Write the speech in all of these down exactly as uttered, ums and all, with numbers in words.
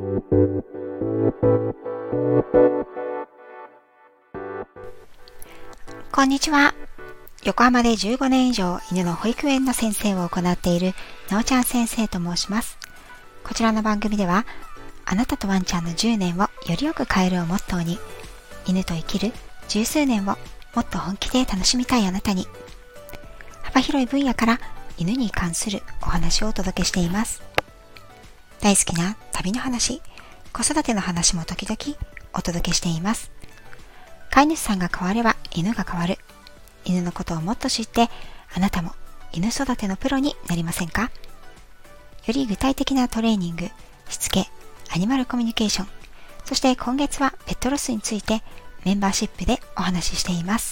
こんにちは。横浜でじゅうごねん以上犬の保育園の先生を行っているなおちゃん先生と申します。こちらの番組では、あなたとワンちゃんのじゅうねんをよりよく変えるをモットーに、犬と生きる十数年をもっと本気で楽しみたいあなたに、幅広い分野から犬に関するお話をお届けしています。大好きな旅の話、子育ての話も時々お届けしています。飼い主さんが変われば犬が変わる。犬のことをもっと知って、あなたも犬育てのプロになりませんか？より具体的なトレーニング、しつけ、アニマルコミュニケーション、そして今月はペットロスについてメンバーシップでお話ししています。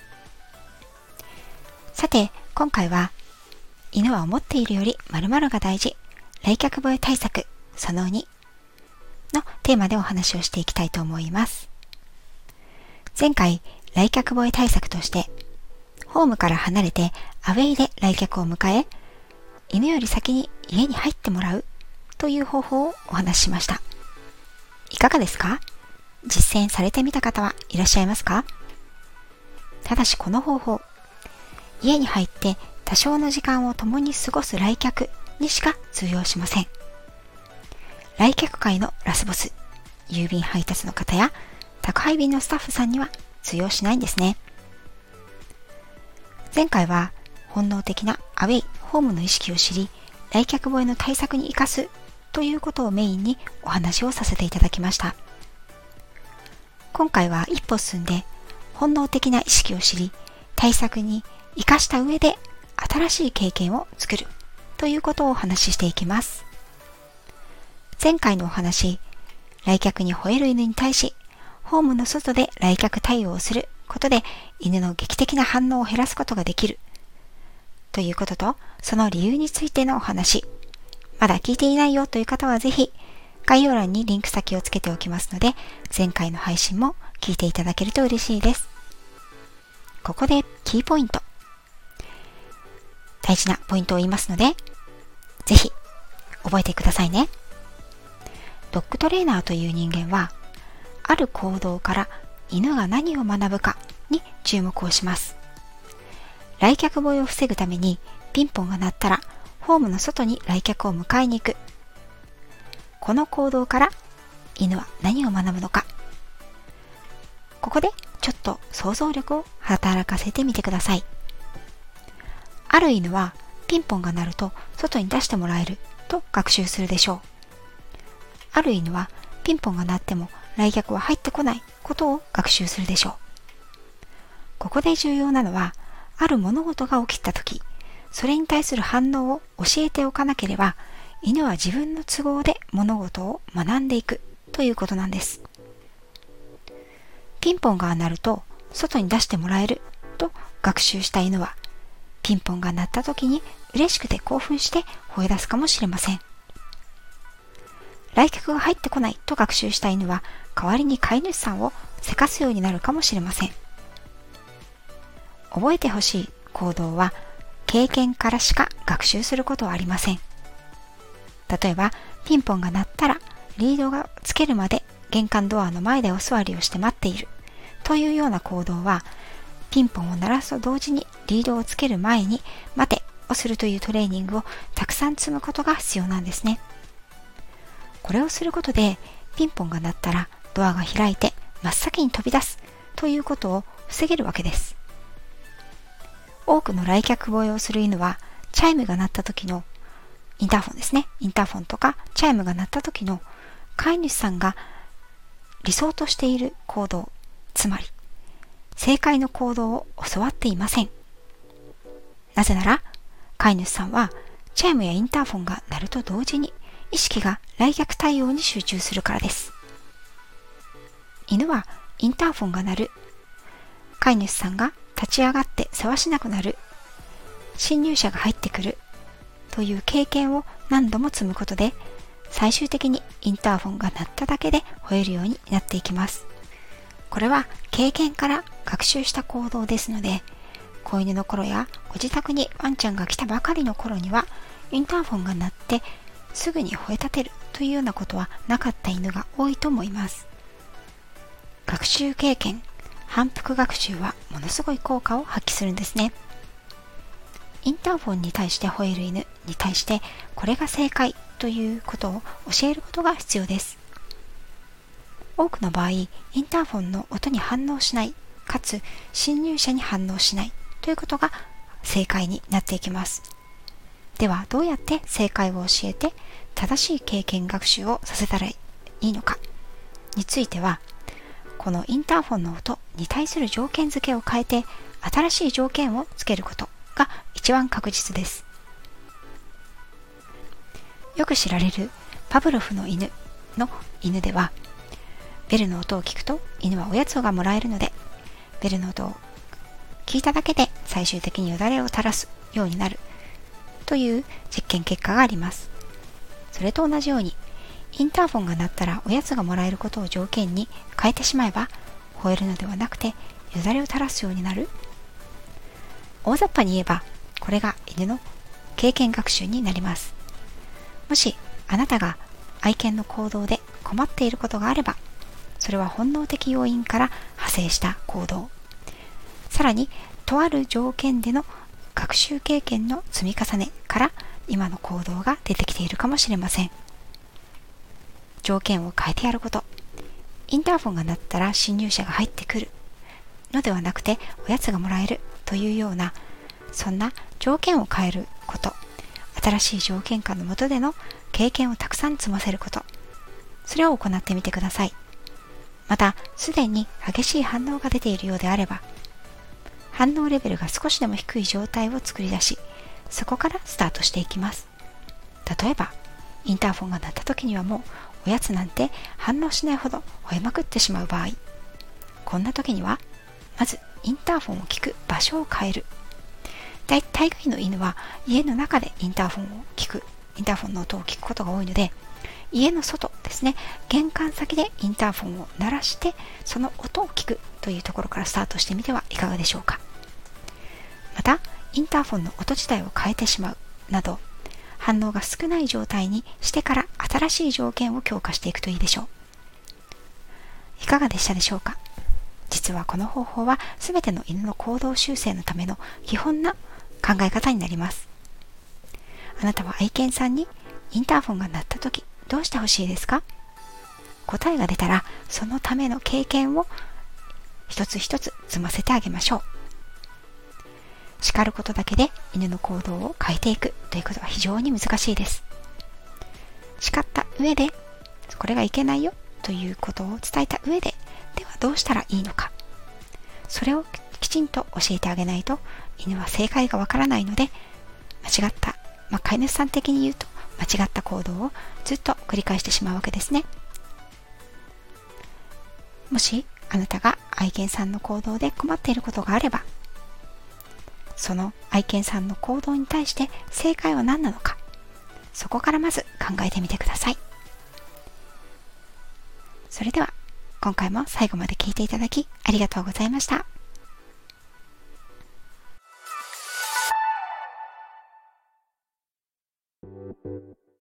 さて、今回は犬は思っているより〇〇が大事、来客吠え対策そのにのテーマでお話をしていきたいと思います。前回、来客吠え対策として、ホームから離れてアウェイで来客を迎え、犬より先に家に入ってもらうという方法をお話ししました。いかがですか？実践されてみた方はいらっしゃいますか？ただしこの方法、家に入って多少の時間を共に過ごす来客にしか通用しません。来客界のラスボス、郵便配達の方や宅配便のスタッフさんには通用しないんですね。前回は本能的なアウェイ、ホームの意識を知り、来客吠えの対策に生かすということをメインにお話をさせていただきました。今回は一歩進んで、本能的な意識を知り、対策に生かした上で新しい経験を作るということをお話ししていきます。前回のお話、来客に吠える犬に対し、ホームの外で来客対応をすることで犬の劇的な反応を減らすことができるということと、その理由についてのお話、まだ聞いていないよという方はぜひ概要欄にリンク先をつけておきますので、前回の配信も聞いていただけると嬉しいです。ここでキーポイント、大事なポイントを言いますので、ぜひ覚えてくださいね。ドッグトレーナーという人間は、ある行動から犬が何を学ぶかに注目をします。来客吠えを防ぐためにピンポンが鳴ったらホームの外に来客を迎えに行く。この行動から犬は何を学ぶのか。ここでちょっと想像力を働かせてみてください。ある犬はピンポンが鳴ると外に出してもらえると学習するでしょう。ある犬はピンポンが鳴っても来客は入ってこないことを学習するでしょう。ここで重要なのは、ある物事が起きたとき、それに対する反応を教えておかなければ、犬は自分の都合で物事を学んでいくということなんです。ピンポンが鳴ると外に出してもらえると学習した犬は、ピンポンが鳴ったときに嬉しくて興奮して吠え出すかもしれません。来客が入ってこないと学習した犬は、代わりに飼い主さんをせかすようになるかもしれません。覚えてほしい行動は、経験からしか学習することはありません。例えば、ピンポンが鳴ったら、リードがつけるまで玄関ドアの前でお座りをして待っているというような行動は、ピンポンを鳴らすと同時にリードをつける前に待てをするというトレーニングをたくさん積むことが必要なんですね。これをすることで、ピンポンが鳴ったらドアが開いて真っ先に飛び出すということを防げるわけです。多くの来客吠えをする犬は、チャイムが鳴った時のインターフォンですね。インターフォンとかチャイムが鳴った時の飼い主さんが理想としている行動、つまり正解の行動を教わっていません。なぜなら、飼い主さんはチャイムやインターフォンが鳴ると同時に意識が来客対応に集中するからです。犬はインターフォンが鳴る、飼い主さんが立ち上がって世話しなくなる、侵入者が入ってくるという経験を何度も積むことで、最終的にインターフォンが鳴っただけで吠えるようになっていきます。これは経験から学習した行動ですので、子犬の頃やご自宅にワンちゃんが来たばかりの頃にはインターフォンが鳴ってすぐに吠え立てるというようなことはなかった犬が多いと思います。学習経験、反復学習はものすごい効果を発揮するんですね。インターフォンに対して吠える犬に対してこれが正解ということを教えることが必要です。多くの場合、インターフォンの音に反応しない、かつ侵入者に反応しないということが正解になっていきます。ではどうやって正解を教えて正しい経験学習をさせたらいいのかについては、このインターフォンの音に対する条件付けを変えて新しい条件をつけることが一番確実です。よく知られるパブロフの犬の犬では、ベルの音を聞くと犬はおやつがもらえるので、ベルの音を聞いただけで最終的によだれを垂らすようになるという実験結果があります。それと同じように、インターフォンが鳴ったらおやつがもらえることを条件に変えてしまえば、吠えるのではなくてよだれを垂らすようになる。大雑把に言えば、これが犬の経験学習になります。もしあなたが愛犬の行動で困っていることがあれば、それは本能的要因から派生した行動、さらにとある条件での学習経験の積み重ねから今の行動が出てきているかもしれません。条件を変えてやること、インターフォンが鳴ったら侵入者が入ってくるのではなくておやつがもらえるというような、そんな条件を変えること、新しい条件下の下での経験をたくさん積ませること、それを行ってみてください。またすでに激しい反応が出ているようであれば、反応レベルが少しでも低い状態を作り出し、そこからスタートしていきます。例えばインターフォンが鳴った時にはもうおやつなんて反応しないほど吠えまくってしまう場合、こんな時にはまずインターフォンを聞く場所を変える。大体の犬は家の中でインターフォンを聞く、インターフォンの音を聞くことが多いので、家の外ですね、玄関先でインターフォンを鳴らしてその音を聞くというところからスタートしてみてはいかがでしょうか。またインターフォンの音自体を変えてしまうなど、反応が少ない状態にしてから新しい条件を強化していくといいでしょう。いかがでしたでしょうか。実はこの方法は全ての犬の行動修正のための基本な考え方になります。あなたは愛犬さんにインターフォンが鳴った時どうしてほしいですか。答えが出たらそのための経験を一つ一つ積ませてあげましょう。叱ることだけで犬の行動を変えていくということは非常に難しいです。叱った上でこれがいけないよということを伝えた上で、ではどうしたらいいのか、それをきちんと教えてあげないと犬は正解がわからないので、間違った、まあ、飼い主さん的に言うと間違った行動をずっと繰り返してしまうわけですね。もしあなたが愛犬さんの行動で困っていることがあれば、その愛犬さんの行動に対して正解は何なのか、そこからまず考えてみてください。それでは今回も最後まで聞いていただきありがとうございました。